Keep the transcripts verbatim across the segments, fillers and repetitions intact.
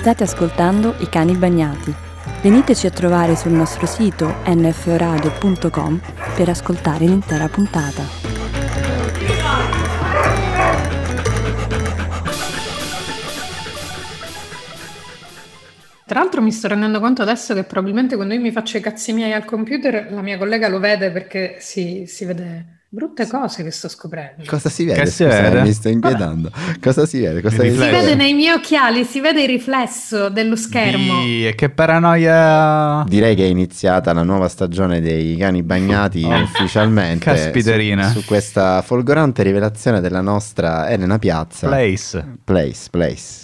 State ascoltando I Cani Bagnati. Veniteci a trovare sul nostro sito n f o radio punto com per ascoltare l'intera puntata. Tra l'altro mi sto rendendo conto adesso che probabilmente quando io mi faccio i cazzi miei al computer la mia collega lo vede, perché si, si vede brutte cose che sto scoprendo. Cosa si vede? Che si Scusa, vede? mi sto inquietando. Cosa si vede? Cosa Si si vede nei miei occhiali, si vede il riflesso dello schermo. Sì, che paranoia. Direi che è iniziata la nuova stagione dei Cani Bagnati Oh. ufficialmente. Caspiterina. Su, su questa folgorante rivelazione della nostra Elena Piazza. Place. Place, place.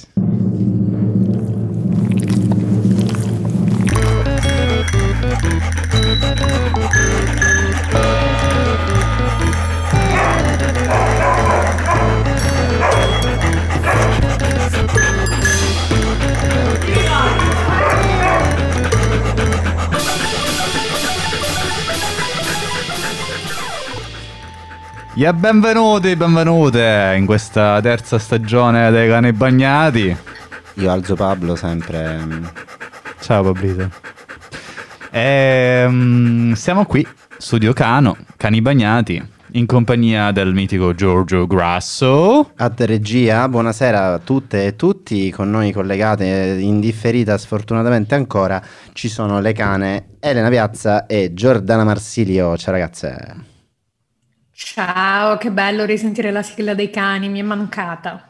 Yeah, benvenuti, benvenute in questa terza stagione dei Cani Bagnati. Io alzo Pablo sempre. Ciao Pablito. Ehm, siamo qui, Studio Cano, Cani Bagnati, in compagnia del mitico Giorgio Grasso. A regia, buonasera a tutte e tutti. Con noi collegate in differita sfortunatamente ancora ci sono le cane Elena Piazza e Giordana Marsilio. Ciao ragazze. Ciao, che bello risentire la sigla dei cani, mi è mancata.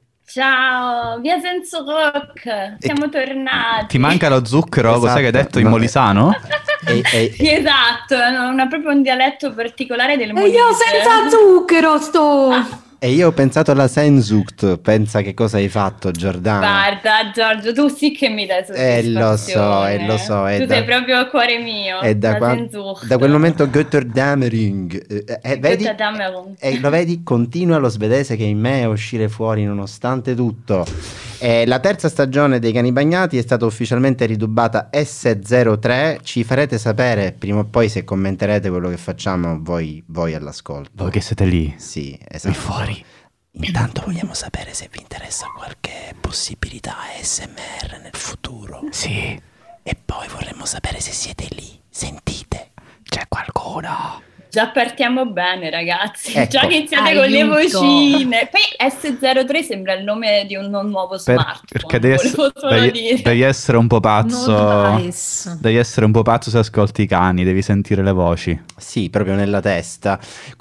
Ciao, via Senso Rock, siamo tornati. Ti manca lo zucchero? Esatto. Cos'è che hai detto in No. molisano? E, e, Sì, esatto, è una- proprio un dialetto particolare del E Molise. io senza zucchero sto... e io ho pensato alla Senzucht. Pensa che cosa hai fatto, Giordana. Guarda Giorgio, tu sì che mi dai Eh, soddisfazione. lo so, eh, lo so, è Tu da- sei proprio il cuore mio. E da, la qua- Sehnsucht. da quel momento Götterdämmerung, eh, eh, vedi, Götterdämmerung. e lo vedi, continua lo svedese che in me è uscire fuori nonostante tutto. Eh, la terza stagione dei Cani Bagnati è stata ufficialmente ridubbata S zero tre. Ci farete sapere prima o poi se commenterete quello che facciamo voi, voi all'ascolto. Voi che siete lì, Sì, qui esatto. fuori. Intanto vogliamo sapere se vi interessa qualche possibilità A S M R nel futuro. Sì, E poi vorremmo sapere se siete lì, sentite. c'è qualcuno. Già partiamo bene, ragazzi. Ecco. Già iniziate con le Aiuto. vocine. Poi S zero tre sembra il nome di un non nuovo Per- smartphone. perché devi, ess- volevo solo devi- dire. devi essere un po' pazzo. No, nice. Devi essere un po' pazzo se ascolti i cani, devi sentire le voci. Sì, proprio nella testa.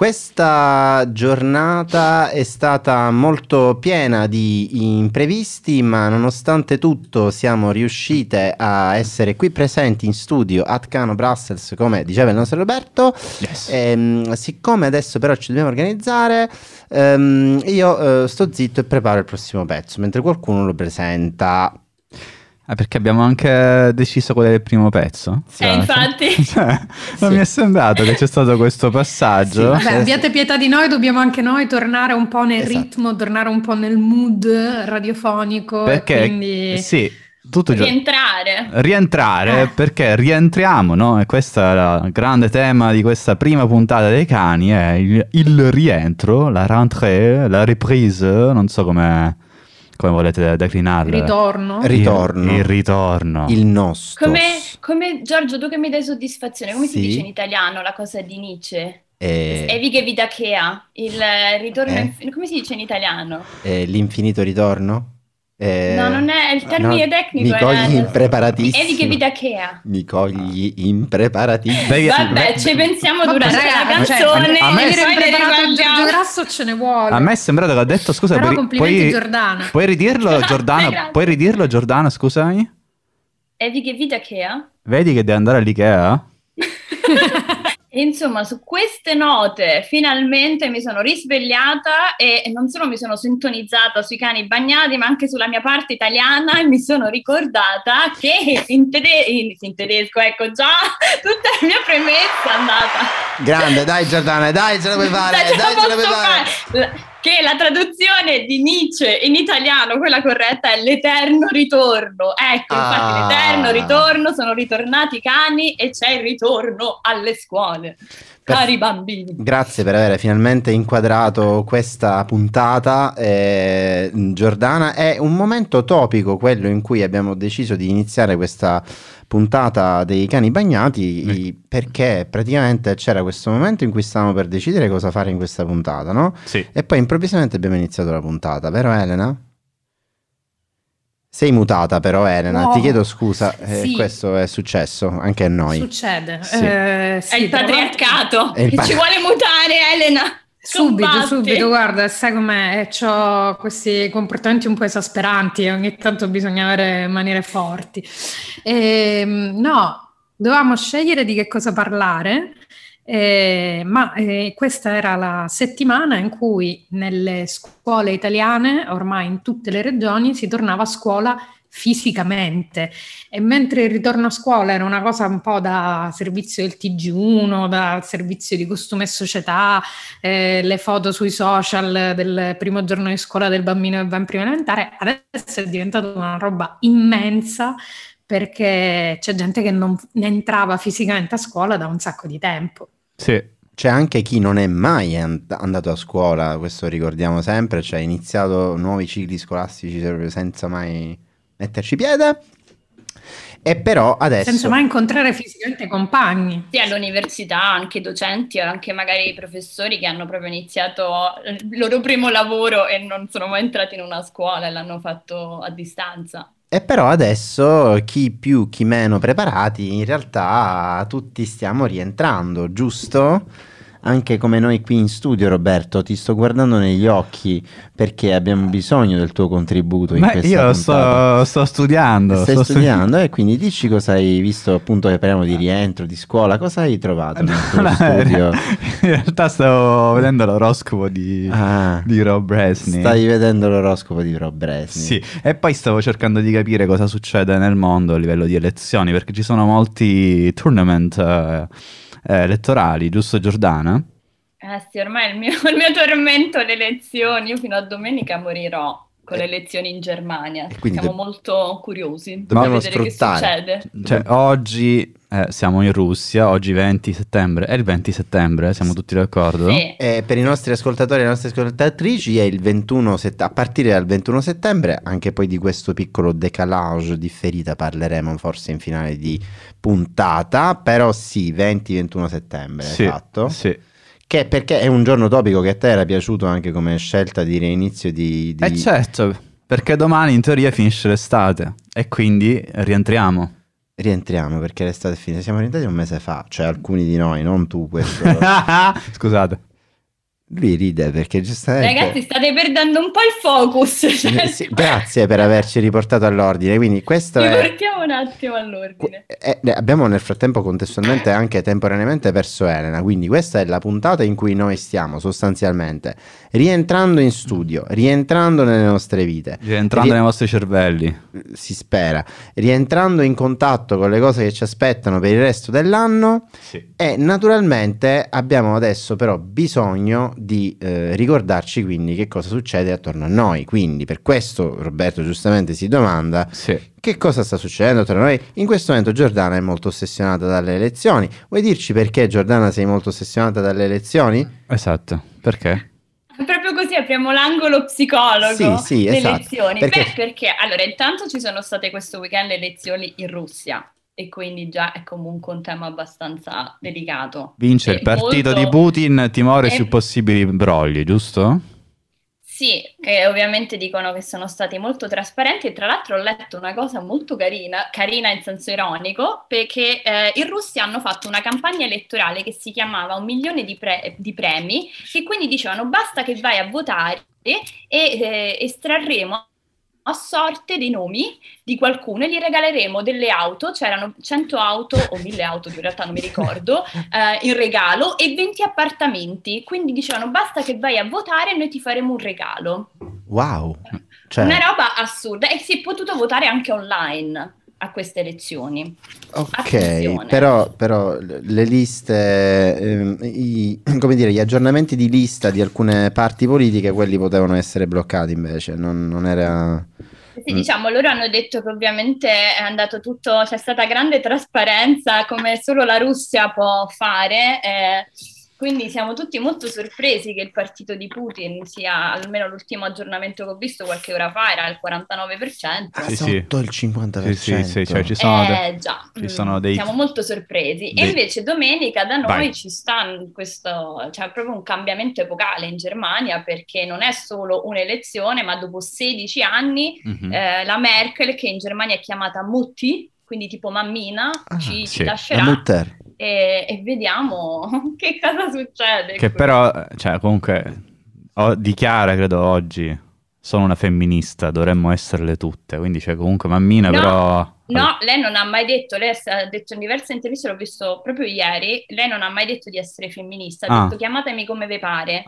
Questa giornata è stata molto piena di imprevisti, ma nonostante tutto siamo riuscite a essere qui presenti in studio a Cano Brussels, come diceva il nostro Roberto. Yes. Ehm, siccome adesso però ci dobbiamo organizzare, ehm, io eh, sto zitto e preparo il prossimo pezzo, mentre qualcuno lo presenta. Ah, perché abbiamo anche deciso qual è il primo pezzo? Eh, infatti. Cioè, non mi è sembrato che c'è stato questo passaggio. Sì. Beh, abbiate pietà di noi, dobbiamo anche noi tornare un po' nel Esatto. ritmo, tornare un po' nel mood radiofonico. Perché, e quindi... sì, tutto già. Rientrare. Rientrare, Eh. perché rientriamo, no? E questo è il grande tema di questa prima puntata dei cani, è il, il rientro, la rentrée, la reprise, non so come, come volete declinarlo. Ritorno. Ritorno. Il, il ritorno. Il nostro. Come, come Giorgio, tu che mi dai soddisfazione, come Sì. si dice in italiano la cosa di Nietzsche? Eh, Evige vita che ha, il eh, ritorno, Eh? inf- come si dice in italiano? eh, l'infinito ritorno? Eh, No, non è il termine no, tecnico. Mi cogli è impreparatissimo. Evige vita che ha. Mi cogli impreparatissimo. Devi- Vabbè, beh, ci pensiamo Vabbè, durante raga, la cioè, canzone a me- e Avere poi ne preparato il riparliamo. Giorgio Grasso ce ne vuole. A me è sembrato che ha detto, scusa, Però puoi, complimenti, puoi- Giordana. puoi ridirlo, Grazie, Giordana? grazie. Puoi ridirlo, Giordana, scusami? Evige vita che ha. Vedi che devi andare all'Ikea? E insomma, su queste note finalmente mi sono risvegliata e non solo mi sono sintonizzata sui Cani Bagnati, ma anche sulla mia parte italiana, e mi sono ricordata che in, tede- in- in tedesco, ecco già, tutta la mia premessa è andata. Grande, dai Giordana, dai, ce la puoi fare, Dai, ce la dai, ce la puoi posso fare. fare. La- Che la traduzione di Nietzsche in italiano, quella corretta, è l'eterno ritorno. Ecco, infatti Ah. l'eterno ritorno, sono ritornati i cani e c'è il ritorno alle scuole. cari bambini. Grazie per aver finalmente inquadrato questa puntata, eh, Giordana. È un momento topico quello in cui abbiamo deciso di iniziare questa puntata dei cani bagnati, mm. perché praticamente c'era questo momento in cui stavamo per decidere cosa fare in questa puntata, no? Sì. E poi improvvisamente abbiamo iniziato la puntata, vero Elena? Sei mutata però Elena, no. Ti chiedo scusa, eh, sì. Questo è successo anche a noi. Succede. Sì. Eh, sì, è il patriarcato è il che pa- ci vuole mutare, Elena. Subito, Combatti. subito, guarda, sai com'è, ho questi comportamenti un po' esasperanti e ogni tanto bisogna avere maniere forti. E, no, dovevamo scegliere di che cosa parlare, eh, ma eh, questa era la settimana in cui nelle scuole italiane, ormai in tutte le regioni, si tornava a scuola fisicamente, e mentre il ritorno a scuola era una cosa un po' da servizio del T G uno, da servizio di costume e società, eh, le foto sui social del primo giorno di scuola del bambino che va in prima elementare, adesso è diventata una roba immensa, perché c'è gente che non ne entrava fisicamente a scuola da un sacco di tempo. Sì. C'è anche chi non è mai and- andato a scuola, questo ricordiamo sempre, cioè ha iniziato nuovi cicli scolastici senza mai metterci piede, e però adesso senza mai incontrare fisicamente i compagni. Sì, all'università anche docenti o anche magari professori che hanno proprio iniziato il loro primo lavoro e non sono mai entrati in una scuola e l'hanno fatto a distanza. E però adesso chi più chi meno preparati, in realtà tutti stiamo rientrando, giusto? Anche come noi qui in studio, Roberto, ti sto guardando negli occhi perché abbiamo bisogno del tuo contributo in Beh, questa io puntata. sto, sto studiando. Stai sto studiando, e quindi dici cosa hai visto, appunto, che parliamo di rientro, di scuola, cosa hai trovato nel tuo No, studio? In realtà stavo vedendo l'oroscopo di, Ah, di Rob Bresney. Stai vedendo l'oroscopo di Rob Bresney. Sì, e poi stavo cercando di capire cosa succede nel mondo a livello di elezioni, perché ci sono molti tournament eh, elettorali, giusto Giordana? Eh sì, ormai il mio, il mio tormento le elezioni, io fino a domenica morirò con le elezioni in Germania, quindi siamo do- molto curiosi di dobbiamo vedere che sfruttare. succede. Cioè, oggi eh, siamo in Russia, oggi venti settembre, è il venti settembre, siamo tutti d'accordo? Sì. E per i nostri ascoltatori e le nostre ascoltatrici è il ventuno set- a partire dal ventuno settembre, anche poi di questo piccolo decalage differita parleremo forse in finale di puntata, però sì, venti ventuno settembre, Sì, esatto. sì. Che perché è un giorno topico che a te era piaciuto anche come scelta di reinizio di... di... Eh certo, perché domani in teoria finisce l'estate e quindi rientriamo. Rientriamo perché l'estate è finita, siamo rientrati un mese fa, cioè alcuni di noi, non tu questo. Scusate. Lui ride perché giustamente... Ragazzi, state perdendo un po' il focus. Cioè, Sì, grazie per averci riportato all'ordine, quindi questo è... riportiamo un attimo all'ordine. Eh, eh, abbiamo nel frattempo contestualmente anche temporaneamente perso Elena, quindi questa è la puntata in cui noi stiamo sostanzialmente rientrando in studio, rientrando nelle nostre vite, Rientrando Rie- nei vostri cervelli. si spera, rientrando in contatto con le cose che ci aspettano per il resto dell'anno. Sì. E naturalmente abbiamo adesso però bisogno di eh, ricordarci quindi che cosa succede attorno a noi, quindi per questo Roberto giustamente si domanda Sì. che cosa sta succedendo attorno a noi. In questo momento Giordana è molto ossessionata dalle elezioni. Vuoi dirci perché, Giordana, sei molto ossessionata dalle elezioni? Esatto, perché? Proprio così apriamo l'angolo psicologo Sì, sì, delle esatto. elezioni. Perché- Beh, perché allora intanto ci sono state questo weekend le elezioni in Russia e quindi già è comunque un tema abbastanza delicato. Vince E il partito molto- di Putin, timore e- su possibili brogli, giusto? Sì, che ovviamente dicono che sono stati molto trasparenti e tra l'altro ho letto una cosa molto carina, carina in senso ironico, perché eh, in Russia hanno fatto una campagna elettorale che si chiamava Un milione di, pre- di premi, che quindi dicevano basta che vai a votare e eh, estrarremo a sorte dei nomi di qualcuno e gli regaleremo delle auto, c'erano cento auto o mille auto, in realtà non mi ricordo, eh, in regalo e venti appartamenti, quindi dicevano basta che vai a votare e noi ti faremo un regalo. Wow, cioè, Una roba assurda e si è potuto votare anche online a queste elezioni. ok, Attenzione. però, però le liste, ehm, i, come dire, gli aggiornamenti di lista di alcune parti politiche, quelli potevano essere bloccati invece, non, non era... Sì, diciamo, loro hanno detto che ovviamente è andato tutto, c'è stata grande trasparenza come solo la Russia può fare, eh, Quindi siamo tutti molto sorpresi che il partito di Putin sia, almeno l'ultimo aggiornamento che ho visto qualche ora fa, era al quarantanove per cento. Ah, Sì, sotto sì. il cinquanta per cento. Sì, sì, sì, cioè ci sono, de- Eh già, ci sono mm, dei... siamo molto sorpresi. dei- E invece domenica da noi Vai. ci sta questo, c'è proprio un cambiamento epocale in Germania, perché non è solo un'elezione, ma dopo sedici anni Mhm. eh, la Merkel, che in Germania è chiamata Mutti, quindi tipo mammina, Ah, ci, sì. ci La lascerà. Mutter. E, e vediamo che cosa succede. Che qui. però, cioè, comunque, o- dichiara, credo, oggi, sono una femminista, dovremmo esserle tutte. Quindi, cioè, comunque, mammina, No, però... No, lei non ha mai detto, lei ha detto in diverse interviste, l'ho visto proprio ieri, lei non ha mai detto di essere femminista, ha Ah. detto chiamatemi come vi pare.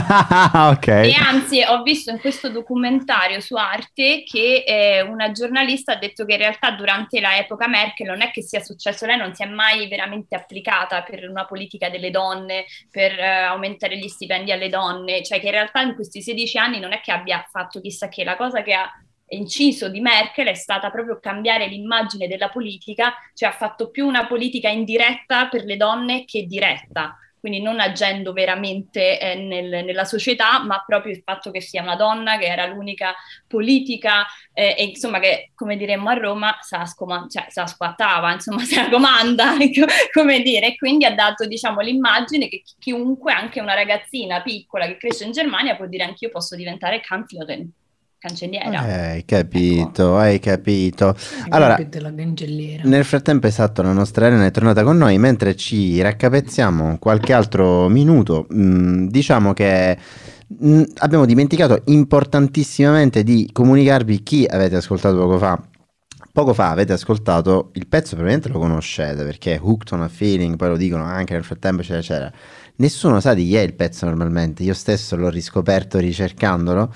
Ah, ok. E anzi, ho visto in questo documentario su Arte che eh, una giornalista ha detto che in realtà durante la epoca Merkel non è che sia successo, lei non si è mai veramente applicata per una politica delle donne, per eh, aumentare gli stipendi alle donne, cioè che in realtà in questi sedici anni non è che abbia fatto chissà che, la cosa che ha inciso di Merkel è stata proprio cambiare l'immagine della politica, cioè ha fatto più una politica indiretta per le donne che diretta, quindi non agendo veramente eh, nel, nella società, ma proprio il fatto che sia una donna, che era l'unica politica eh, e insomma che, come diremmo a Roma, se la, scoma- cioè, se la squattava, insomma se la comanda, come dire, e quindi ha dato diciamo l'immagine che chiunque, anche una ragazzina piccola che cresce in Germania, può dire anch'io posso diventare Kanzlerin. Cancelliera. Hai capito, hai capito. Il Allora, rabbit della cancelliera. nel frattempo, esatto, la nostra Elena è tornata con noi, mentre ci raccapezziamo qualche altro minuto. Mh, diciamo che mh, abbiamo dimenticato importantissimamente di comunicarvi chi avete ascoltato poco fa. Poco fa avete ascoltato il pezzo, probabilmente lo conoscete perché è Hooked on a Feeling, poi lo dicono anche nel frattempo, eccetera, eccetera. Nessuno sa di chi è il pezzo normalmente, io stesso l'ho riscoperto ricercandolo.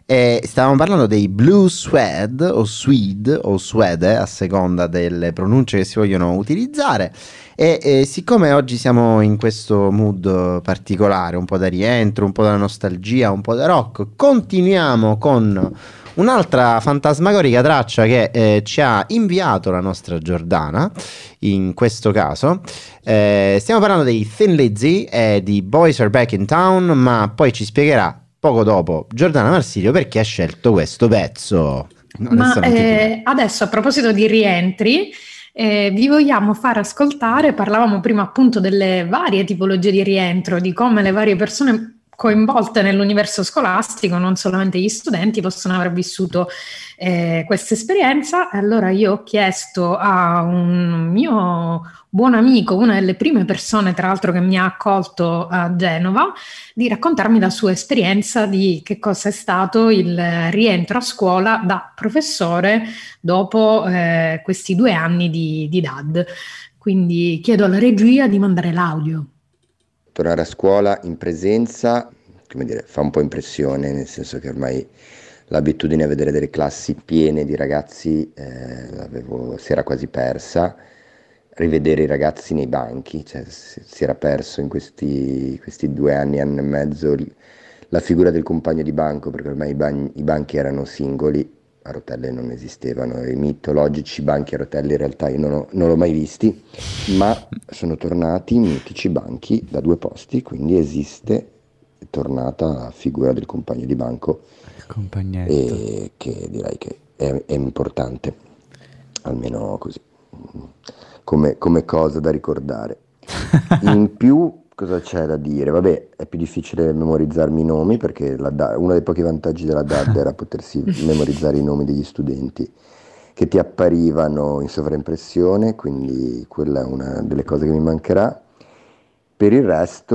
E stavamo parlando dei Blue Swede o Swede o Suede a seconda delle pronunce che si vogliono utilizzare e, e siccome oggi siamo in questo mood particolare, un po' da rientro, un po' da nostalgia, un po' da rock, continuiamo con un'altra fantasmagorica traccia che eh, ci ha inviato la nostra Giordana in questo caso. Eh, stiamo parlando dei Thin Lizzy e di Boys Are Back in Town, ma poi ci spiegherà poco dopo Giordana Marsilio perché ha scelto questo pezzo. Ma eh, adesso a proposito di rientri, eh, vi vogliamo far ascoltare, parlavamo prima appunto delle varie tipologie di rientro, di come le varie persone coinvolte nell'universo scolastico, non solamente gli studenti, possono aver vissuto eh, questa esperienza. Allora io ho chiesto a un mio buon amico, una delle prime persone tra l'altro che mi ha accolto a Genova, di raccontarmi la sua esperienza di che cosa è stato il rientro a scuola da professore dopo eh, questi due anni di, di D A D. Quindi chiedo alla regia di mandare l'audio. Tornare a scuola in presenza, come dire, fa un po' impressione, nel senso che ormai l'abitudine a vedere delle classi piene di ragazzi eh, l'avevo, si era quasi persa. Rivedere i ragazzi nei banchi, cioè si, si era perso in questi, questi due anni, anno e mezzo la figura del compagno di banco, perché ormai i, bagni, i banchi erano singoli, a rotelle non esistevano, i mitologici banchi a rotelle in realtà io non, ho, non l'ho mai visti, ma sono tornati i mitici banchi da due posti, quindi esiste, è tornata la figura del compagno di banco, e che direi che è, è importante, almeno così, come, come cosa da ricordare. In più cosa c'è da dire? Vabbè, è più difficile memorizzarmi i nomi perché la D A D, uno dei pochi vantaggi della D A D era potersi memorizzare i nomi degli studenti che ti apparivano in sovraimpressione, quindi quella è una delle cose che mi mancherà. Per il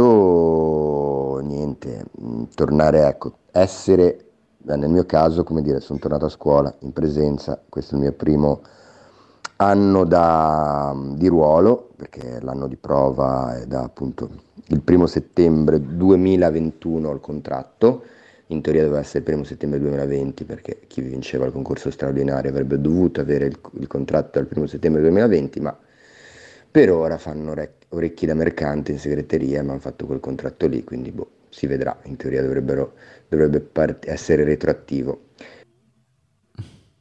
resto niente, tornare, ecco, essere, nel mio caso, come dire, sono tornato a scuola in presenza, questo è il mio primo anno da, di ruolo, perché l'anno di prova è da appunto il primo settembre duemilaventuno il contratto, in teoria doveva essere il primo settembre duemilaventi perché chi vinceva il concorso straordinario avrebbe dovuto avere il, il contratto al primo settembre duemilaventi, ma per ora fanno orecchi, orecchi da mercante in segreteria, ma hanno fatto quel contratto lì, quindi boh, si vedrà, in teoria dovrebbero, dovrebbe part- essere retroattivo.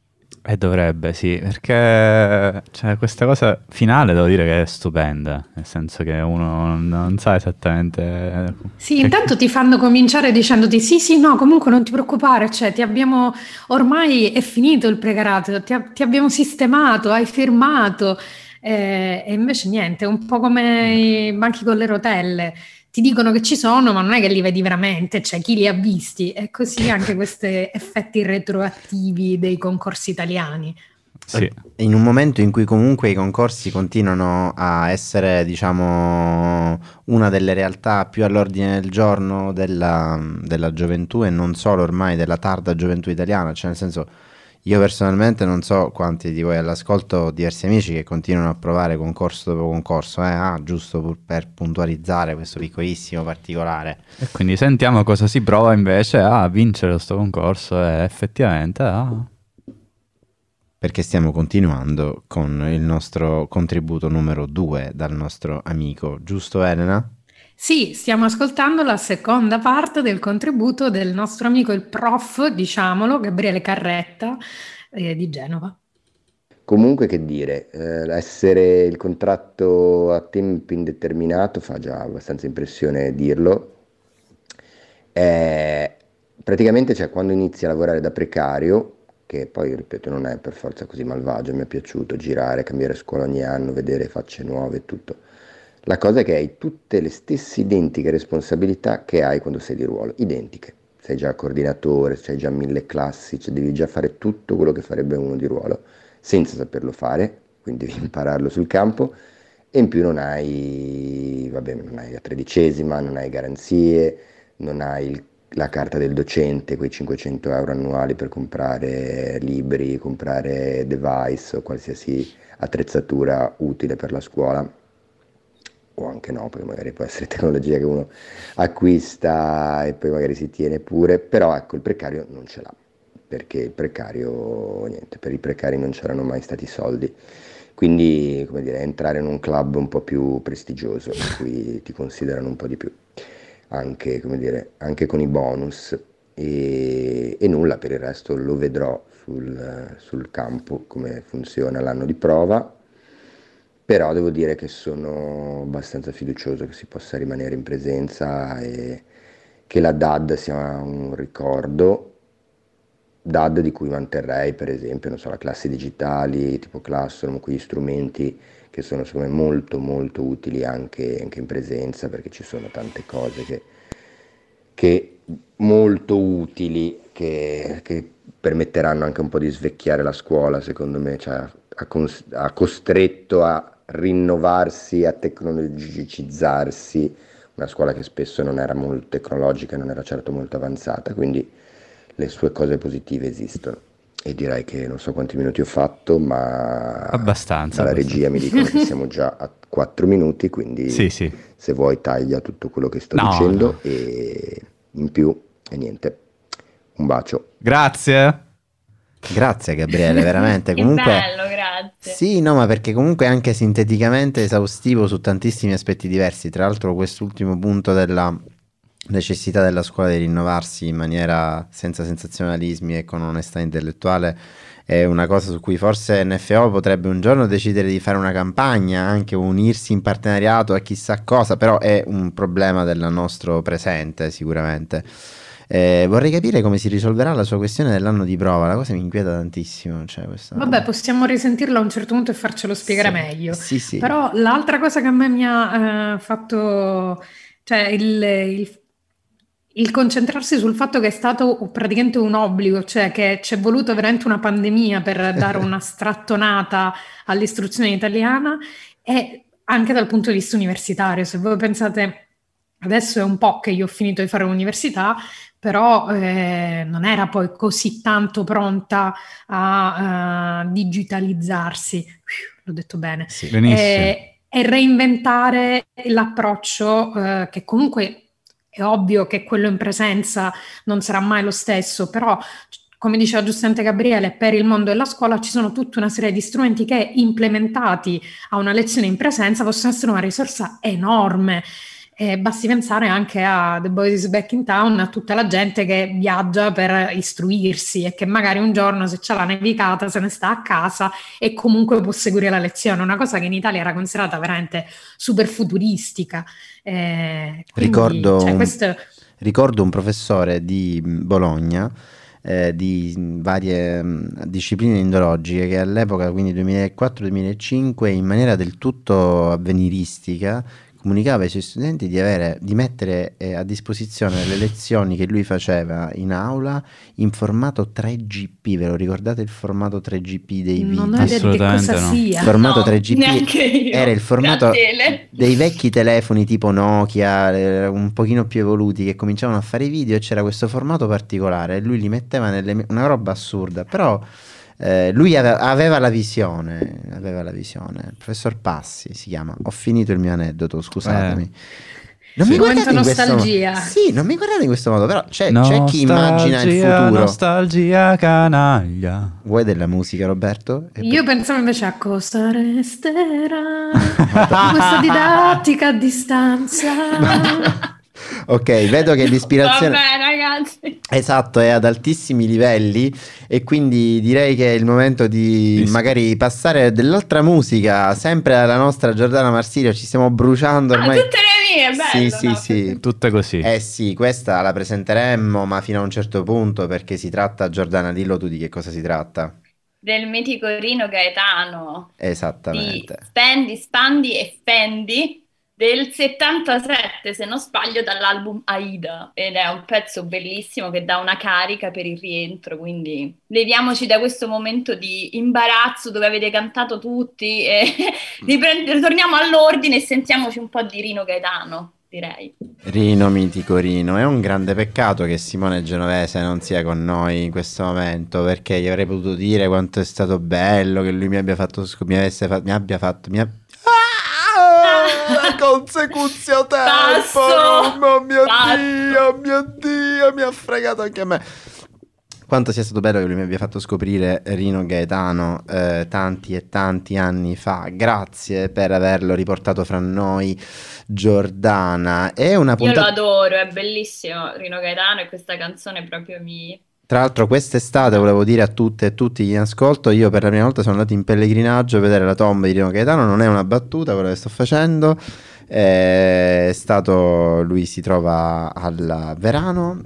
E dovrebbe, sì, perché cioè, questa cosa finale devo dire che è stupenda, nel senso che uno non, non sa esattamente... Sì, che- intanto ti fanno cominciare dicendoti sì, sì, no, comunque non ti preoccupare, cioè ti abbiamo, ormai è finito il precarato, ti, a- ti abbiamo sistemato, hai firmato, eh, e invece niente, è un po' come i banchi con le rotelle, ti dicono che ci sono, ma non è che li vedi veramente, cioè chi li ha visti, e così anche questi effetti retroattivi dei concorsi italiani. Sì, In un momento in cui comunque i concorsi continuano a essere, diciamo, una delle realtà più all'ordine del giorno della, della gioventù e non solo ormai della tarda gioventù italiana, cioè nel senso io personalmente non so quanti di voi all'ascolto ho diversi amici che continuano a provare concorso dopo concorso, eh? Ah, giusto pur per puntualizzare questo piccolissimo particolare. e quindi sentiamo cosa si prova invece a vincere questo concorso e effettivamente a... Perché stiamo continuando con il nostro contributo numero due dal nostro amico, giusto Elena? Sì, stiamo ascoltando la seconda parte del contributo del nostro amico il prof, diciamolo, Gabriele Carretta, eh, di Genova. Comunque, che dire, eh, essere il contratto a tempo indeterminato fa già abbastanza impressione dirlo. Eh, praticamente, cioè, quando inizi a lavorare da precario, che poi, ripeto, non è per forza così malvagio, mi è piaciuto girare, cambiare scuola ogni anno, vedere facce nuove e tutto. La cosa è che hai tutte le stesse identiche responsabilità che hai quando sei di ruolo, identiche. Sei già coordinatore, sei già mille classi, cioè devi già fare tutto quello che farebbe uno di ruolo, senza saperlo fare, quindi devi impararlo sul campo, e in più non hai, vabbè, non hai la tredicesima, non hai garanzie, non hai il- la carta del docente, quei cinquecento euro annuali per comprare libri, comprare device o qualsiasi attrezzatura utile per la scuola, o anche no, perché magari può essere tecnologia che uno acquista e poi magari si tiene pure, però ecco, il precario non ce l'ha, perché il precario, niente, per i precari non c'erano mai stati soldi. Quindi, come dire, entrare in un club un po' più prestigioso, in cui ti considerano un po' di più, anche, come dire, anche con i bonus, e, e nulla, per il resto lo vedrò sul, sul campo come funziona l'anno di prova. Però devo dire che sono abbastanza fiducioso che si possa rimanere in presenza e che la D A D sia un ricordo. D A D di cui manterrei, per esempio, non so, la classi digitali, tipo Classroom, quegli strumenti che sono secondo me molto molto utili anche, anche in presenza, perché ci sono tante cose che, che molto utili che, che permetteranno anche un po' di svecchiare la scuola, secondo me, cioè ha, cons- ha costretto a rinnovarsi, a tecnologicizzarsi, una scuola che spesso non era molto tecnologica, non era certo molto avanzata, quindi le sue cose positive esistono. E direi che non so quanti minuti ho fatto, ma Abbastanza, dalla abbastanza. regia mi dicono che siamo già a quattro minuti, quindi Sì, sì. se vuoi taglia tutto quello che sto No, dicendo no. e in più, e niente, un bacio. Grazie. Grazie Gabriele, veramente. Che Comunque, bello, grazie. sì, no, ma perché comunque è anche sinteticamente esaustivo su tantissimi aspetti diversi. Tra l'altro quest'ultimo punto della necessità della scuola di rinnovarsi in maniera senza sensazionalismi e con onestà intellettuale è una cosa su cui forse N F O potrebbe un giorno decidere di fare una campagna, anche unirsi in partenariato a chissà cosa, però è un problema del nostro presente sicuramente. Eh, vorrei capire come si risolverà la sua questione dell'anno di prova, la cosa mi inquieta tantissimo. Cioè questa... Vabbè, possiamo risentirlo a un certo punto e farcelo spiegare Sì, meglio. sì, sì. Però l'altra cosa che a me mi ha eh, fatto, cioè il, il- il concentrarsi sul fatto che è stato praticamente un obbligo, cioè che ci è voluto veramente una pandemia per dare una strattonata all'istruzione italiana, e anche dal punto di vista universitario. Se voi pensate, adesso è un po' che io ho finito di fare l'università, però eh, non era poi così tanto pronta a eh, digitalizzarsi, l'ho detto bene, Sì. Benissimo. e, e reinventare l'approccio eh, che comunque è ovvio che quello in presenza non sarà mai lo stesso, però come diceva giustamente Gabriele, per il mondo della scuola ci sono tutta una serie di strumenti che implementati a una lezione in presenza possono essere una risorsa enorme. E basti pensare anche a The Boys is Back in Town, a tutta la gente che viaggia per istruirsi e che magari un giorno, se c'è la nevicata, se ne sta a casa e comunque può seguire la lezione, una cosa che in Italia era considerata veramente super futuristica. Eh, quindi, Ricordo, cioè, un, questo... ricordo un professore di Bologna eh, di varie mh, discipline indologiche che all'epoca, quindi duemilaquattro duemilacinque, in maniera del tutto avveniristica comunicava ai suoi studenti di, avere, di mettere eh, a disposizione le lezioni che lui faceva in aula in formato tre G P. Ve lo ricordate il formato tre G P dei video? Non ho idea di che cosa Assolutamente no. sia. Il formato No, tre G P neanche io. era il formato Da tele. dei vecchi telefoni tipo Nokia, eh, un pochino più evoluti, che cominciavano a fare i video, e c'era questo formato particolare e lui li metteva nelle... una roba assurda, però eh, lui aveva, aveva la visione, aveva la visione. Il professor Passi si chiama. Ho finito il mio aneddoto, scusatemi. Eh. Non Sì. mi guardate in Momento questo modo. nostalgia. Sì, non mi guardate in questo modo, però c'è, c'è chi immagina il Nostalgia, futuro. Nostalgia canaglia. Vuoi della musica, Roberto? E Io pensavo invece a cosa resterà di questa didattica a distanza. Ok, vedo che l'ispirazione... Vabbè, ragazzi. Esatto, è ad altissimi livelli, e quindi direi che è il momento di Sì, sì. magari passare dell'altra musica, sempre alla nostra Giordana Marsilio. Ci stiamo bruciando Ah, ormai. tutte le mie, bello. Sì, sì, no? sì. Tutte così. Eh sì, questa la presenteremmo, ma fino a un certo punto, perché si tratta, Giordana, dillo tu di che cosa si tratta. Del mitico Rino Gaetano di Esattamente. Spendi, Spandi e Fendi del settantasette, se non sbaglio, dall'album Aida, ed è un pezzo bellissimo che dà una carica per il rientro, quindi leviamoci da questo momento di imbarazzo dove avete cantato tutti e riprend- ritorniamo all'ordine e sentiamoci un po' di Rino Gaetano, direi. Rino, mitico Rino. È un grande peccato che Simone Genovese non sia con noi in questo momento, perché gli avrei potuto dire quanto è stato bello che lui mi abbia fatto sc- mi avesse fa- mi abbia fatto mi abbia... Ah, la consecuzione tempo, Passo! oh mio Passo! Dio, mio Dio, mi ha fregato anche a me. Quanto sia stato bello che lui mi abbia fatto scoprire Rino Gaetano eh, tanti e tanti anni fa. Grazie per averlo riportato fra noi, Giordana. È una Io lo puntata... adoro, è bellissimo Rino Gaetano e questa canzone proprio mi... Tra l'altro quest'estate volevo dire a tutte e tutti in ascolto, io per la prima volta sono andato in pellegrinaggio a vedere la tomba di Rino Gaetano. Non è una battuta quello che sto facendo, è stato, lui si trova al Verano,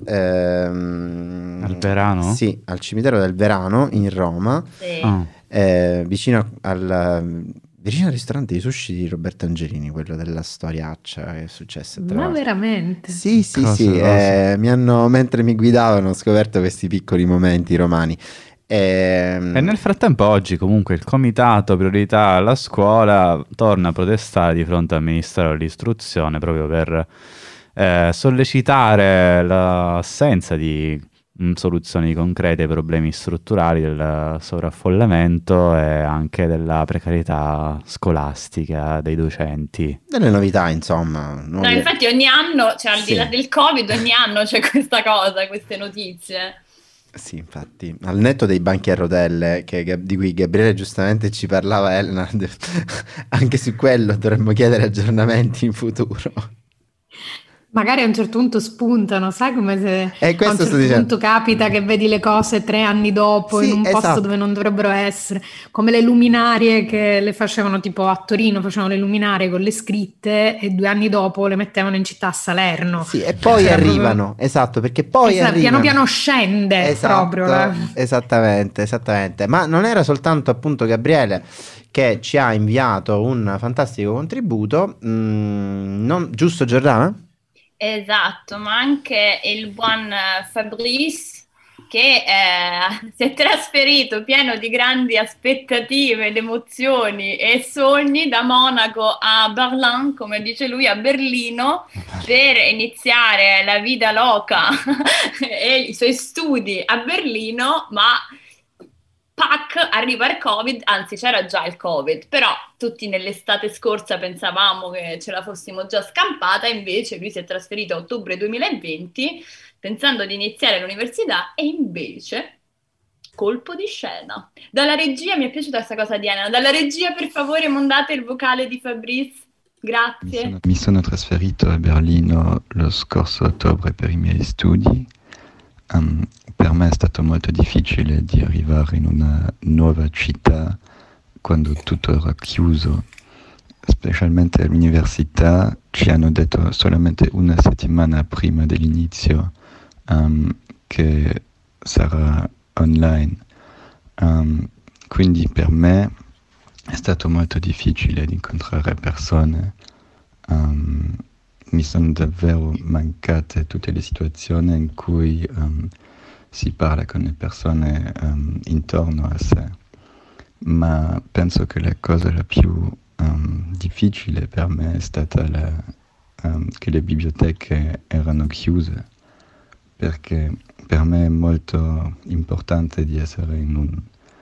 ehm, Al Verano? sì, al cimitero del Verano in Roma, Sì. Ah. eh, vicino al, vicino al ristorante di sushi di Roberto Angelini, quello della storiaccia che è successa tra Ma l'altro. veramente? Sì, sì, Cosa, sì, cosa? eh, mi hanno, mentre mi guidavano ho scoperto questi piccoli momenti romani. Ehm, E nel frattempo oggi comunque il comitato priorità alla scuola torna a protestare di fronte al Ministero dell'Istruzione proprio per eh, sollecitare l'assenza di mm, soluzioni concrete ai problemi strutturali del sovraffollamento e anche della precarietà scolastica dei docenti. Delle novità, insomma. No, nuove- infatti ogni anno, cioè al Sì. di là del Covid, ogni anno c'è questa cosa, queste notizie. Sì, infatti, al netto dei banchi a rotelle che, che- di cui Gabriele giustamente ci parlava, Elena, de- anche su quello dovremmo chiedere aggiornamenti in futuro. Magari a un certo punto spuntano, sai come se Eh, a un questo sto certo dicendo. punto capita che vedi le cose tre anni dopo Sì, in un posto esatto. dove non dovrebbero essere, come le luminarie che le facevano tipo a Torino, facevano le luminarie con le scritte e due anni dopo le mettevano in città a Salerno. Sì, e poi Cioè, arrivano, esatto, perché poi Esatto, arrivano. piano piano scende Esatto, proprio. la- esattamente, esattamente. Ma non era soltanto appunto Gabriele che ci ha inviato un fantastico contributo, mm, non- giusto Giordana? Esatto, ma anche il buon eh, Fabrice che eh, si è trasferito pieno di grandi aspettative ed emozioni e sogni da Monaco a Berlin, come dice lui, a Berlino, per iniziare la vita loca e i suoi studi a Berlino, ma pac, arriva il Covid, anzi c'era già il Covid, però tutti nell'estate scorsa pensavamo che ce la fossimo già scampata, invece lui si è trasferito a ottobre duemilaventi pensando di iniziare l'università e invece colpo di scena. Dalla regia, mi è piaciuta questa cosa di Elena, dalla regia per favore mandate il vocale di Fabrice. Grazie. Mi sono, mi sono trasferito a Berlino lo scorso ottobre per i miei studi. Um, per me è stato molto difficile di arrivare in una nuova città quando tutto era chiuso, specialmente all'università. Ci hanno detto solamente una settimana prima dell'inizio um, che sarà online. Um, quindi per me è stato molto difficile di incontrare persone. Um, mi sono davvero mancate tutte le situazioni in cui um, si parla con le persone um, intorno a sé. Ma penso che la cosa la più um, difficile per me è stata la, um, che le biblioteche erano chiuse, perché per me è molto importante di essere in un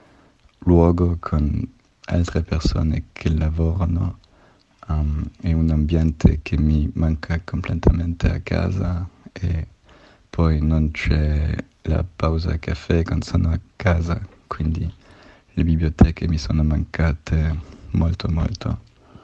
luogo con altre persone che lavorano, um, è un ambiente che mi manca completamente a casa, e poi non c'è la pausa caffè quando sono a casa, quindi le biblioteche mi sono mancate molto molto.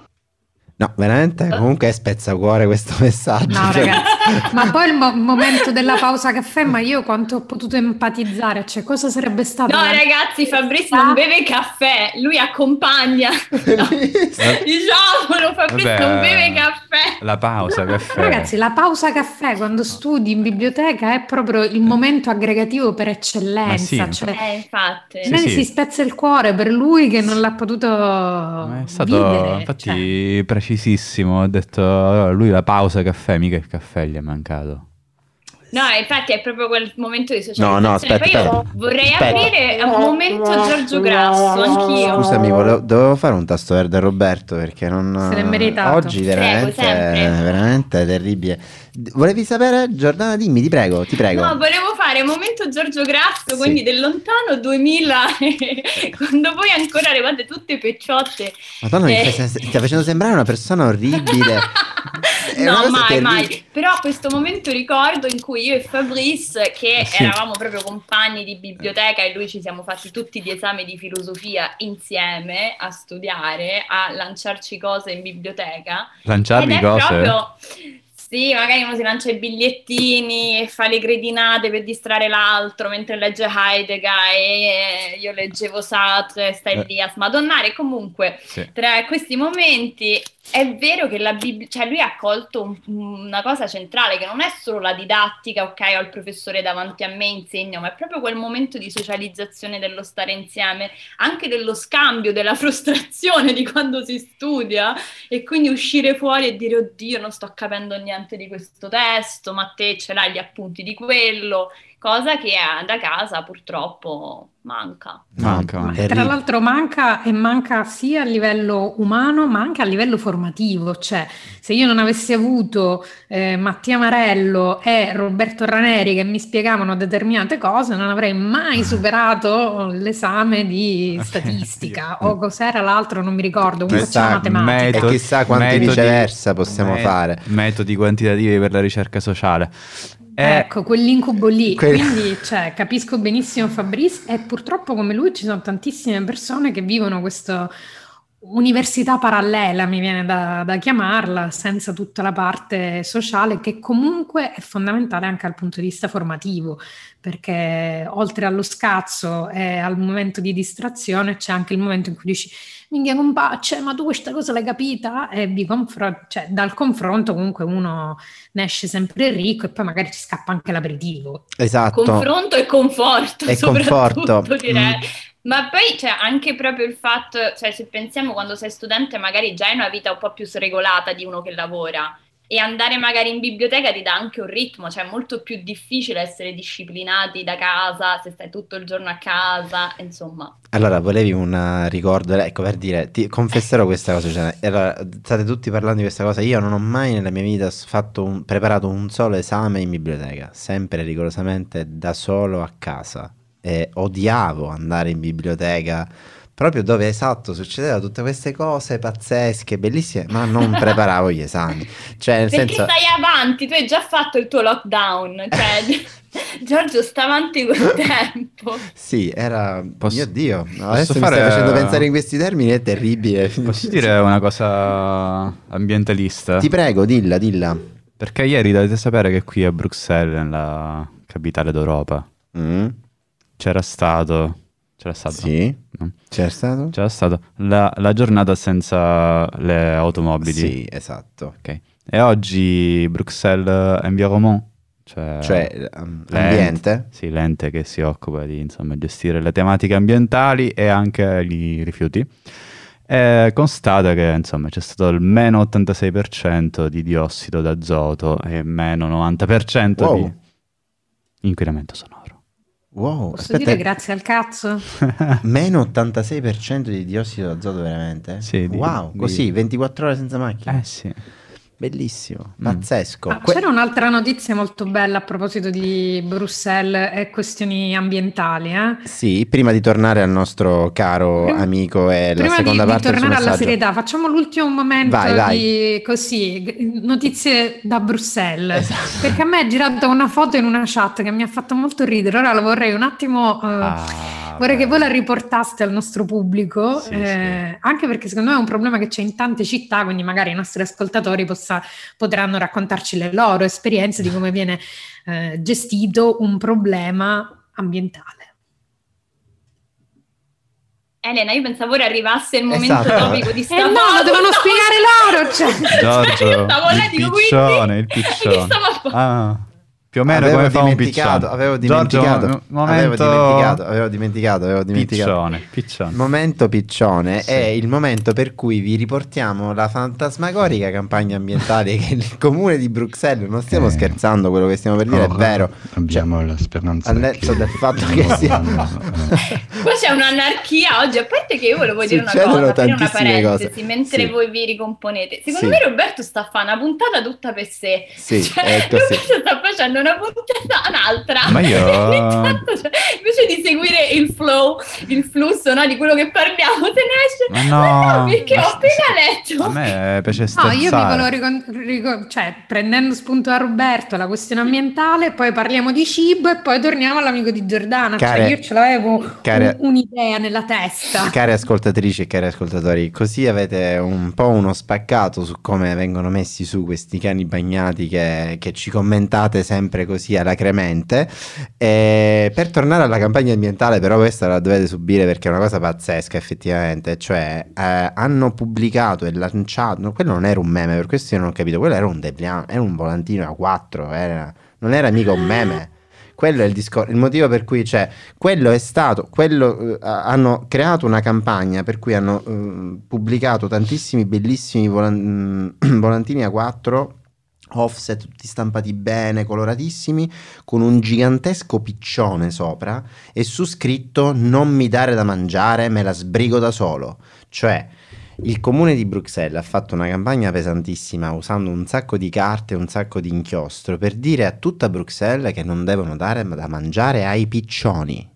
No, veramente, comunque spezza cuore questo messaggio. No, cioè... ragazzi, ma poi il mo- momento della pausa caffè, ma io quanto ho potuto empatizzare, cioè cosa sarebbe stato? No, la... ragazzi, Fabrice non beve caffè, lui accompagna. No. Diciamolo, Fabrice Vabbè, non beve caffè. La pausa caffè. Ragazzi, la pausa caffè quando studi in biblioteca è proprio il momento aggregativo per eccellenza. Ma sì, cioè, Eh, infatti. a me Sì, sì. si spezza il cuore per lui che non l'ha potuto Ma è stato vivere. infatti cioè. precisissimo. Ho detto allora, lui la pausa caffè, mica il caffè gli è mancato. No, infatti è proprio quel momento di No, socializzazione. no, aspetta, Poi io aspetta. vorrei Aspetta. aprire un momento Giorgio Grasso, anch'io. Scusami, volevo, dovevo fare un tasto verde a Roberto perché non... Se l'è meritato. Oggi veramente, Prego, sempre. veramente terribile. D- Volevi sapere, Giordana? Dimmi, ti prego, ti prego. No, volevo fare un momento Giorgio Grasso, Sì. quindi del lontano duemila, quando voi ancora eravate tutte pecciotte. Madonna, mi Eh. stai, stai facendo sembrare una persona orribile. È una No, cosa mai, terribile. mai. Però questo momento ricordo in cui io e Fabrice, che Sì. eravamo proprio compagni di biblioteca e lui ci siamo fatti tutti gli esami di filosofia insieme a studiare, a lanciarci cose in biblioteca. Lanciarvi Ed è cose? proprio... Sì, magari uno si lancia i bigliettini e fa le gredinate per distrarre l'altro mentre legge Heidegger e io leggevo Sartre e stai Eh. lì a smadonnare. Comunque, Sì. tra questi momenti è vero che la Bibbia, cioè lui ha colto un- una cosa centrale che non è solo la didattica, ok, ho il professore davanti a me, insegno, ma è proprio quel momento di socializzazione, dello stare insieme, anche dello scambio, della frustrazione di quando si studia e quindi uscire fuori e dire oddio non sto capendo niente di questo testo, ma te ce l'hai gli appunti di quello, cosa che eh, da casa purtroppo manca. Manca, Ma manca. è Tra ri- l'altro manca e manca sia a livello umano ma anche a livello formativo, cioè se io non avessi avuto eh, Mattia Marello e Roberto Raneri che mi spiegavano determinate cose non avrei mai superato l'esame di statistica o cos'era l'altro, non mi ricordo, comunque c'era Chissà, matematica. e chissà quanti metodi- viceversa possiamo me- fare. Metodi quantitativi per la ricerca sociale. Eh, Ecco, quell'incubo lì, Quel- quindi cioè, capisco benissimo Fabrice e purtroppo come lui ci sono tantissime persone che vivono questa università parallela, mi viene da, da chiamarla, senza tutta la parte sociale che comunque è fondamentale anche dal punto di vista formativo, perché oltre allo scazzo e al momento di distrazione c'è anche il momento in cui dici minchia compaccia, ma tu questa cosa l'hai capita? E vi confro- cioè, dal confronto comunque uno ne esce sempre ricco e poi magari ci scappa anche l'aperitivo. Esatto. Confronto e conforto, E soprattutto conforto. direi. Mm. Ma poi c'è anche proprio il fatto, cioè se pensiamo quando sei studente magari già hai una vita un po' più sregolata di uno che lavora e andare magari in biblioteca ti dà anche un ritmo, cioè è molto più difficile essere disciplinati da casa se stai tutto il giorno a casa, insomma. Allora, volevi un ricordo, ecco, per dire, ti confesserò questa cosa, cioè, allora, state tutti parlando di questa cosa, io non ho mai nella mia vita fatto un, preparato un solo esame in biblioteca, sempre rigorosamente da solo a casa, e odiavo andare in biblioteca proprio dove esatto succedeva tutte queste cose pazzesche, bellissime, ma non preparavo gli esami. Cioè, nel Perché senso... stai avanti, tu hai già fatto il tuo lockdown, cioè Giorgio sta avanti col tempo. Sì, era... Posso- Mio Dio, posso adesso mi fare- stai facendo pensare in questi termini, è terribile. Posso dire una cosa ambientalista? Ti prego, dilla, dilla. Perché ieri dovete sapere che qui a Bruxelles, nella capitale d'Europa, Mm, c'era stato... C'era stato? sì, No. c'è stato? C'era stato la, la giornata senza le automobili. Sì, esatto. Ok. E oggi Bruxelles Environnement, cioè, Cioè, um, l'ente- ambiente? Sì, l'ente che si occupa di insomma, gestire le tematiche ambientali e anche i rifiuti, e constata che insomma c'è stato il meno ottantasei per cento di diossido d'azoto e meno novanta per cento Wow. di inquinamento sonoro. Wow, Posso aspetta, dire grazie al cazzo? meno ottantasei per cento di diossido d'azoto veramente? Sì, di- Wow, di- così, ventiquattro ore senza macchina. Eh sì. Bellissimo, Mm. pazzesco. Ah, Que- c'era un'altra notizia molto bella a proposito di Bruxelles e questioni ambientali, eh? Sì, prima di tornare al nostro caro Prima- amico e la Prima di, seconda di parte del suo tornare alla messaggio. serietà, facciamo l'ultimo momento Vai, vai. di così, g- notizie da Bruxelles. Esatto. Perché a me è girata una foto in una chat che mi ha fatto molto ridere. Ora la vorrei un attimo. eh, Ah, vorrei che beh. voi la riportaste al nostro pubblico, Sì, eh, anche perché secondo me è un problema che c'è in tante città, quindi magari i nostri ascoltatori possa- potranno raccontarci le loro esperienze di come viene eh, gestito un problema ambientale. Elena, io pensavo ora arrivasse il momento Esatto. topico di Eh sta no, foto. lo devono spiegare loro! Cioè. Giorgio, Io stavo là, il dico, piccione, il quindi- piccione. che stavo a fare? Ah, più o meno Avevo come fa un dimenticato, piccione. avevo Giorgio, dimenticato, mo- momento... avevo dimenticato, avevo dimenticato, avevo dimenticato. Piccione, piccione. Momento piccione Sì. è il momento per cui vi riportiamo la fantasmagorica campagna ambientale che il comune di Bruxelles, non stiamo Eh, scherzando, quello che stiamo per dire è ora vero. Abbiamo Cioè, la speranza al netto che del fatto il che nuovo sia- anno, eh, Qua c'è un'anarchia oggi, a parte che io volevo dire una Succedono cosa, aprire una tantissime parentesi, cose. mentre Sì. voi vi ricomponete. Secondo Sì. me Roberto sta a fare una puntata tutta per sé. Sì, Cioè, è così. Roberto sta facendo una puntata un'altra. Ma io- Ogni tanto, cioè, invece di seguire il flow, il flusso, no, di quello che parliamo, se ne esce. Ma no, perché ma ho st- appena letto. A me piace No, sterzare. io mi volevo ricon- rico- cioè prendendo spunto da Roberto la questione ambientale, poi parliamo di cibo e poi torniamo all'amico di Giordana. Care- cioè io ce l'avevo care- un- un'idea nella testa. Cari ascoltatrici e cari ascoltatori, così avete un po' uno spaccato su come vengono messi su questi cani bagnati che, che ci commentate sempre così alacremente. E per tornare alla campagna ambientale, però questa la dovete subire perché è una cosa pazzesca effettivamente, cioè eh, hanno pubblicato e lanciato, no, quello non era un meme, per questo io non ho capito, quello era un depliant, era un volantino a quattro, era, non era mica un meme. Quello è il discorso, il motivo per cui cioè, quello è stato, quello eh, hanno creato una campagna per cui hanno eh, pubblicato tantissimi bellissimi volan- volantini a quattro offset tutti stampati bene, coloratissimi, con un gigantesco piccione sopra e su scritto non mi dare da mangiare, me la sbrigo da solo. Cioè il comune di Bruxelles ha fatto una campagna pesantissima usando un sacco di carte e un sacco di inchiostro per dire a tutta Bruxelles che non devono dare da mangiare ai piccioni.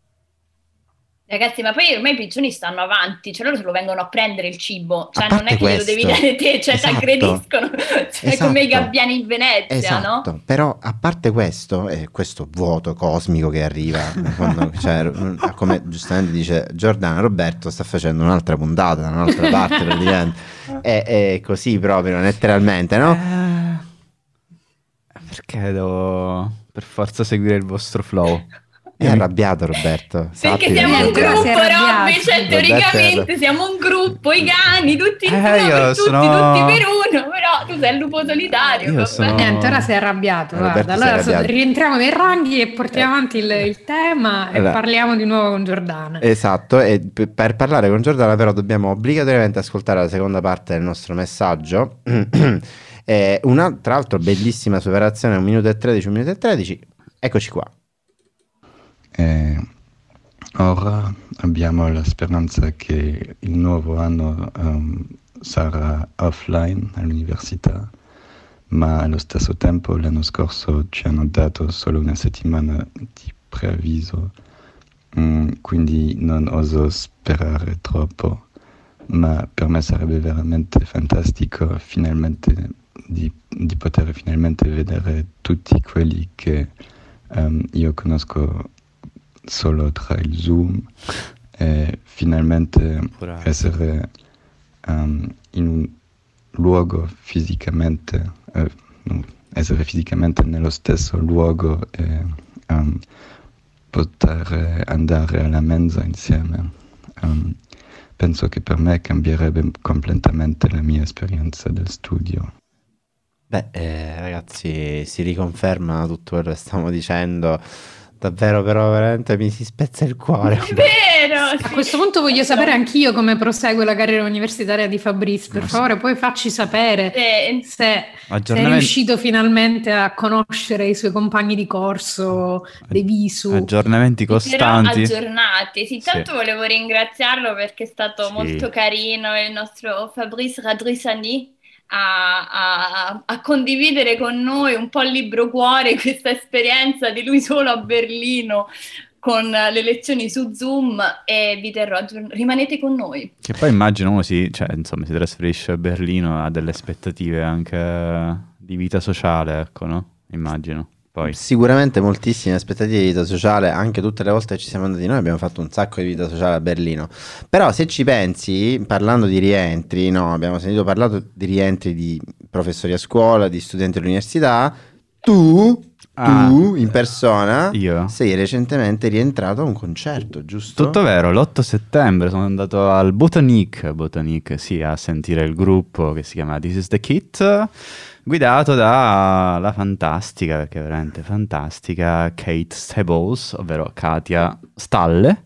Ragazzi, ma poi ormai i piccioni stanno avanti, cioè loro se lo vengono a prendere il cibo, cioè A non è parte che glielo devi questo, dare te, cioè esatto. ti aggrediscono, cioè Esatto. come i gabbiani in Venezia, Esatto, no? però a parte questo, e questo vuoto cosmico che arriva, quando, cioè, come giustamente dice Giordana, Roberto sta facendo un'altra puntata da un'altra parte praticamente, è, è così proprio, letteralmente, no? Eh, perché devo per forza seguire il vostro flow? È arrabbiato Roberto. Perché sappi che siamo è un Niente, arrabbiato. si è gruppo, arrabbiato. Robby, cioè Roberto teoricamente era- siamo un gruppo, i cani, tutti Eh, insieme, io per tutti, sono- tutti per uno, però tu sei il lupo solitario, Io vabbè. sono- Niente, ora sei arrabbiato. Roberto Guarda, si è allora so- arrabbiato. rientriamo nei ranghi e portiamo avanti il, il tema e Allora. parliamo di nuovo con Giordana. Esatto, e p- per parlare con Giordana però dobbiamo obbligatoriamente ascoltare la seconda parte del nostro messaggio. Eh, una, tra l'altro, bellissima superazione, un minuto e tredici, un minuto e tredici. Eccoci qua. E ora abbiamo la speranza che il nuovo anno um, sarà offline all'università, ma allo stesso tempo l'anno scorso ci hanno dato solo una settimana di preavviso. Mm, quindi non oso sperare troppo, ma per me sarebbe veramente fantastico finalmente di, di poter finalmente vedere tutti quelli che um, io conosco solo tra il Zoom e finalmente Bravo. essere um, in un luogo fisicamente, eh, essere fisicamente nello stesso luogo e um, poter andare alla mensa insieme. Um, penso che per me cambierebbe completamente la mia esperienza del studio. Beh, eh, ragazzi, si riconferma tutto quello che stiamo dicendo. Davvero, però, veramente mi si spezza il cuore. È vero! A sì. questo punto voglio sapere anch'io come prosegue la carriera universitaria di Fabrice, per favore, poi facci sapere Eh, se sei Aggiornamenti- riuscito finalmente a conoscere i suoi compagni di corso, dei visu. Aggiornamenti Però costanti. aggiornati. Sì, tanto Sì. volevo ringraziarlo perché è stato Sì. molto carino il nostro Fabrice Radrissani a, a- a condividere con noi un po' il libro cuore questa esperienza di lui solo a Berlino con le lezioni su Zoom, e vi terrò aggiornati. Rimanete con noi. Che poi immagino uno si, cioè, insomma, si trasferisce a Berlino, ha delle aspettative anche di vita sociale, ecco, no? Immagino. Poi. Sicuramente moltissime aspettative di vita sociale, anche tutte le volte che ci siamo andati noi abbiamo fatto un sacco di vita sociale a Berlino. Però se ci pensi, parlando di rientri, no, abbiamo sentito parlare di rientri di professori a scuola, di studenti all'università, tu, Ah, tu in persona io? sei recentemente rientrato a un concerto, giusto? Tutto vero, l'otto settembre sono andato al Botanique, Botanique, sì, a sentire il gruppo che si chiama This is the Kit, guidato dalla fantastica, perché è veramente fantastica, Kate Stables, ovvero Katia Stalle.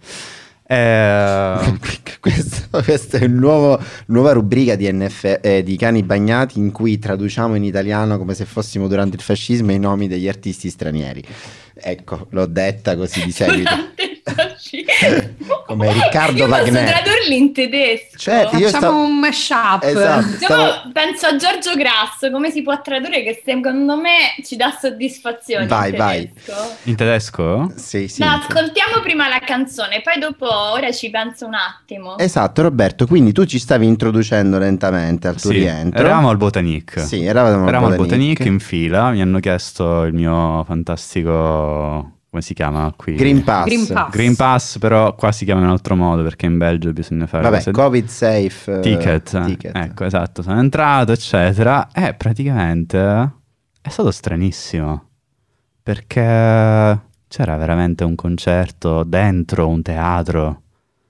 Eh, questo, questo è un nuovo, nuova rubrica di, N F, eh, di Cani Bagnati in cui traduciamo in italiano come se fossimo durante il fascismo i nomi degli artisti stranieri. Ecco, l'ho detta così di seguito. Durante il fascismo. Come Riccardo Io Wagner. posso tradurli in tedesco. Certo, io Facciamo sto- un mashup. Esatto. Io Stavo- penso a Giorgio Grasso, come si può tradurre, che secondo me ci dà soddisfazione Vai, in vai. tedesco. in tedesco? Sì, sì. No, ascoltiamo prima la canzone, poi dopo ora ci penso un attimo. Esatto, Roberto, quindi tu ci stavi introducendo lentamente al tuo Sì, rientro. eravamo al Botanique. Sì, eravamo al Eravamo al Botanique. Botanique in fila, mi hanno chiesto il mio fantastico, come si chiama qui? Green Pass. Green Pass. Green Pass, però qua si chiama in un altro modo perché in Belgio bisogna fare Vabbè, cose- Covid safe eh, ticket. ticket. Ecco, esatto, sono entrato, eccetera, e praticamente è stato stranissimo perché c'era veramente un concerto dentro un teatro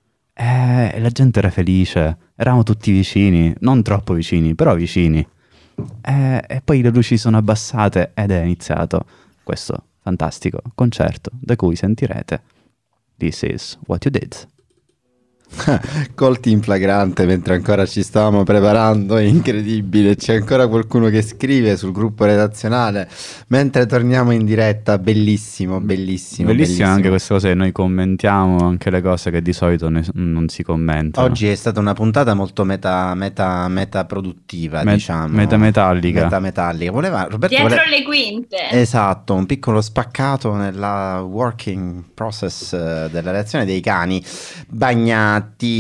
e la gente era felice, eravamo tutti vicini, non troppo vicini, però vicini. E, e poi le luci sono abbassate ed è iniziato questo fantastico concerto da cui sentirete This is what you did. Colti in flagrante mentre ancora ci stavamo preparando, è incredibile, c'è ancora qualcuno che scrive sul gruppo redazionale mentre torniamo in diretta, bellissimo, bellissimo. Bellissime anche queste cose, noi commentiamo anche le cose che di solito ne- non si commentano. Oggi è stata una puntata molto meta, meta, meta produttiva, Me- diciamo. metametallica. Metametallica. Voleva, Roberto Dietro voleva- le quinte. Esatto, un piccolo spaccato nella working process eh, della reazione dei cani bagnati.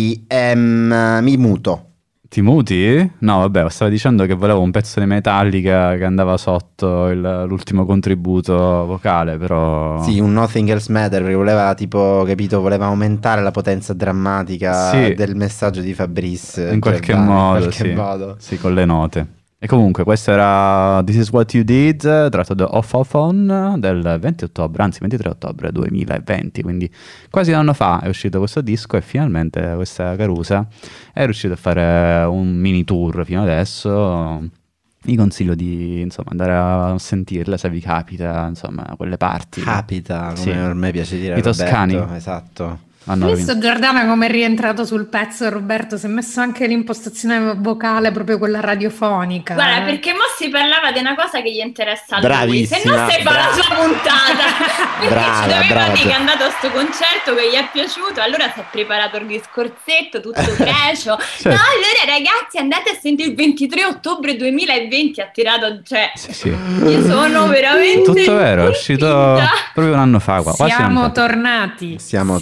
Ehm, mi muto. Ti muti? No, vabbè, stavo dicendo che volevo un pezzo di Metallica che andava sotto il- l'ultimo contributo vocale, però... Sì, un Nothing Else Matter, perché voleva tipo, capito, voleva aumentare la potenza drammatica Sì. del messaggio di Fabrice. in qualche Giordani, modo, in qualche sì. modo. Sì, con le note. E comunque questo era This is what you did, tratto da Off Off On del venti ottobre, anzi ventitré ottobre duemilaventi, quindi quasi un anno fa è uscito questo disco e finalmente questa Carusa è riuscita a fare un mini tour fino adesso. Vi consiglio di insomma andare a sentirla se vi capita, insomma, quelle parti. Capita, come Sì. a me piace dire, I toscani. Roberto, esatto. Hanno Hai vinto. visto Giordana come è rientrato sul pezzo, Roberto? Si è messo anche l'impostazione vocale, proprio quella radiofonica. Guarda, eh. perché mo si parlava di una cosa che gli interessa a lui. Bravissima, Se no stai fa la brava. sua puntata. Perché Brava, ci doveva brava. dire che è andato a sto concerto che gli è piaciuto, allora si è preparato il discorsetto tutto grecio. Certo. No, allora ragazzi andate a sentire il ventitré ottobre duemilaventi, ha tirato, cioè Sì, sì. io sono veramente Tutto vero, è uscito colpita. proprio un anno fa, qua, quasi un Siamo anno fa. tornati. Siamo- Siamo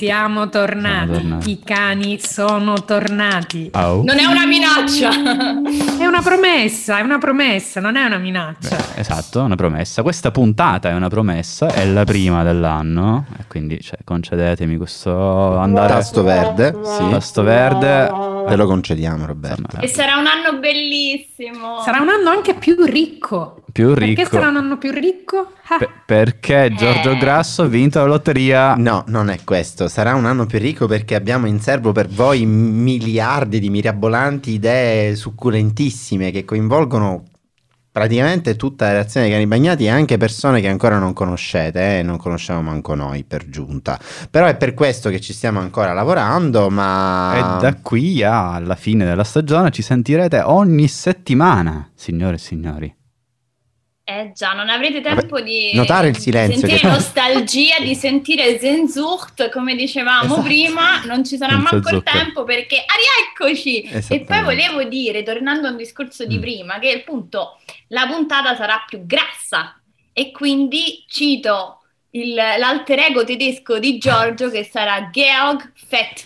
Sono tornati. Sono tornati. I cani sono tornati. Oh. Non è una minaccia. È una promessa, è una promessa, non è una minaccia. Beh, esatto, una promessa. Questa puntata è una promessa, è la prima dell'anno, e quindi cioè, concedetemi questo andare Tasto verde, sì. tasto verde. Te lo concediamo, Roberto. E sarà un anno bellissimo. Sarà un anno anche più ricco. Più ricco. Perché sarà un anno più ricco? Ah. Pe- perché Giorgio Eh. Grasso ha vinto la lotteria. No, non è questo. Sarà un anno più ricco perché abbiamo in serbo per voi miliardi di mirabolanti idee succulentissime che coinvolgono praticamente tutta la reazione dei cani bagnati e anche persone che ancora non conoscete, eh, non conosciamo manco noi per giunta. Però è per questo che ci stiamo ancora lavorando, ma E da qui alla fine della stagione ci sentirete ogni settimana, signore e signori. Eh già, non avrete tempo di notare il silenzio sentire che- nostalgia, di sentire Sehnsucht, come dicevamo Esatto. prima, non ci sarà Senza manco il zucchero. tempo perché ah, rieccoci! E poi Esattamente. volevo dire, tornando a un discorso di Mm. prima, che appunto la puntata sarà più grassa e quindi cito il- l'alter ego tedesco di Giorgio che sarà Georg Fett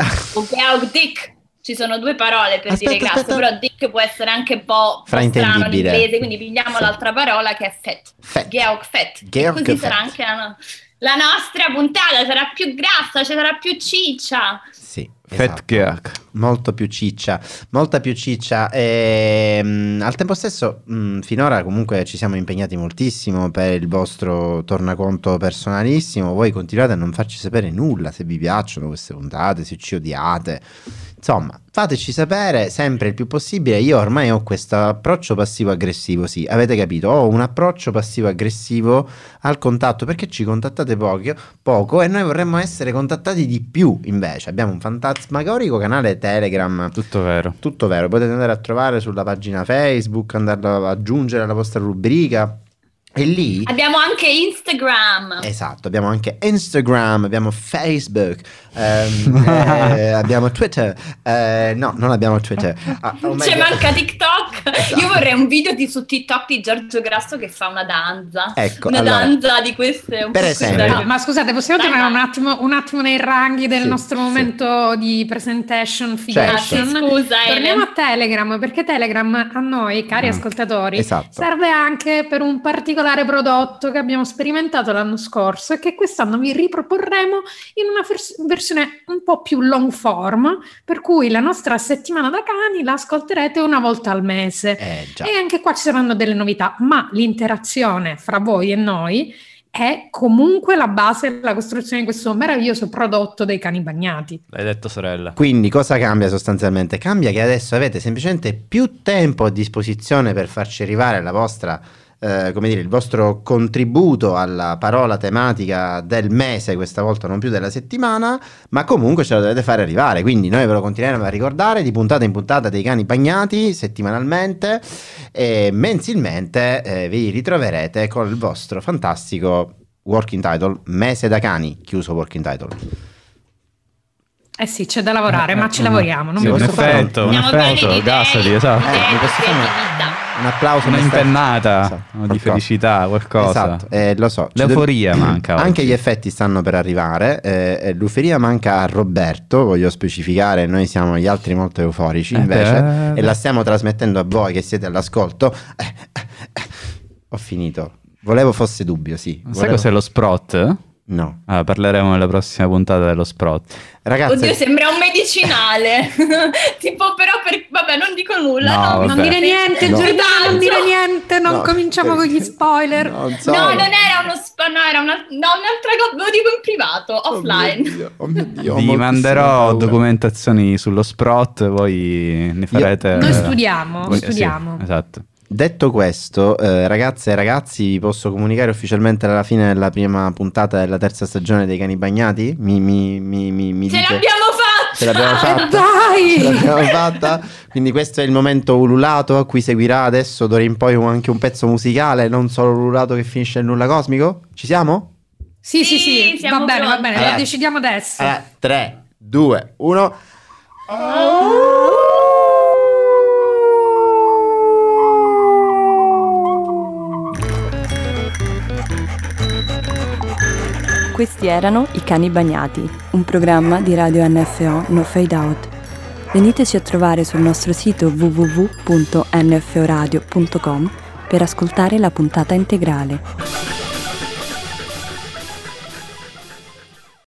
o Georg Dick. Ci sono due parole per Aspetta, dire grasso, aspetta. però Dick può essere anche un po' strano in Fraintendibile. inglese, quindi pigliamo Sì. l'altra parola che è Fett. Fett. Georg Fett. Georg e così Fett. sarà anche la, no- la nostra puntata, sarà più grassa, ci sarà più ciccia. sì, Fett esatto. Georg. Molto più ciccia, molta più ciccia. E, mh, al tempo stesso, mh, finora comunque ci siamo impegnati moltissimo per il vostro tornaconto personalissimo. Voi continuate a non farci sapere nulla se vi piacciono queste puntate, se ci odiate. Insomma, fateci sapere sempre il più possibile. Io ormai ho questo approccio passivo-aggressivo, sì, avete capito? Ho un approccio passivo-aggressivo al contatto perché ci contattate poco, poco e noi vorremmo essere contattati di più invece. Abbiamo un fantasmagorico canale Telegram, Tutto vero. tutto vero, potete andare a trovare sulla pagina Facebook, andarlo ad aggiungere alla vostra rubrica e lì... Abbiamo anche Instagram. Esatto, abbiamo anche Instagram, abbiamo Facebook, ehm, eh, abbiamo Twitter, eh, no, non abbiamo Twitter. Ah, o Ci meglio- manca TikTok. Esatto. Io vorrei un video di, su TikTok di Giorgio Grasso che fa una danza. Ecco, una allora, danza di queste. Un per po' esempio- così. No, ma scusate, possiamo Dai, tornare dai. un attimo, un attimo nei ranghi del Sì, nostro sì. momento di presentation, Ah, figation. sì, scusa, Torniamo Ele. a Telegram, perché Telegram a noi, cari Ah, ascoltatori, esatto. serve anche per un particolare prodotto che abbiamo sperimentato l'anno scorso e che quest'anno vi riproporremo in una vers- versione un po' più long form, per cui la nostra settimana da cani la ascolterete una volta al mese. Eh, già. E anche qua ci saranno delle novità, ma l'interazione fra voi e noi è comunque la base della costruzione di questo meraviglioso prodotto dei cani bagnati. L'hai detto, sorella. Quindi cosa cambia sostanzialmente? Cambia che adesso avete semplicemente più tempo a disposizione per farci arrivare la vostra, eh, come dire, il vostro contributo alla parola tematica del mese, questa volta non più della settimana, ma comunque ce la dovete fare arrivare. Quindi noi ve lo continueremo a ricordare di puntata in puntata dei cani bagnati settimanalmente e mensilmente eh, vi ritroverete con il vostro fantastico working title, mese da cani, chiuso working title. Eh sì, c'è da lavorare, ma ci Eh, lavoriamo. Non sì, vi un posso fare- effetto, un Andiamo bene effetto, di gasali, idee, esatto. idee Eh, mi di posso fare una- creatività. Un applauso Una per sta- impennata Esatto, di qualcosa. felicità, qualcosa. Esatto, eh, lo so. Ci L'euforia dov- manca Anche oggi. gli effetti stanno per arrivare. eh, eh, l'euforia manca a Roberto, voglio specificare, noi siamo gli altri molto euforici Eh, invece beh, e la stiamo trasmettendo a voi che siete all'ascolto. Eh, eh, eh, ho finito. Volevo fosse dubbio, sì. Sai Volevo- cos'è lo sprot? No. Ah, parleremo nella prossima puntata dello sprot. Ragazzi, Oddio, sembra un medicinale. Tipo, però, per... vabbè, non dico nulla. No, no, vabbè. Non dire niente, No. Giordano, non dire niente, non No, cominciamo con gli spoiler. non so. No, non era uno spa, no, era una, no, un'altra cosa, lo dico in privato, Oh mio offline. Dio, oh mio Dio, ho Vi moltissima manderò paura. documentazioni sullo sprot, voi ne farete... Noi eh, studiamo, voi- sì, studiamo. esatto. Detto questo, eh, ragazze e ragazzi, vi posso comunicare ufficialmente alla fine della prima puntata della terza stagione dei Cani Bagnati? Mi, mi, mi, mi, mi Ce dite- l'abbiamo fatta! Ce l'abbiamo Eh, fatta? dai! Ce l'abbiamo fatta? Quindi questo è il momento ululato a cui seguirà adesso d'ora in poi un- anche un pezzo musicale, non solo l'ululato che finisce il nulla cosmico? Ci siamo? Sì, sì, Sì, sì, siamo va bene, va pronti. bene, Allora. lo decidiamo adesso. Allora, tre, due, uno. Questi erano I Cani Bagnati, un programma di Radio N F O No Fade Out. Veniteci a trovare sul nostro sito w w w punto n f o radio punto com per ascoltare la puntata integrale.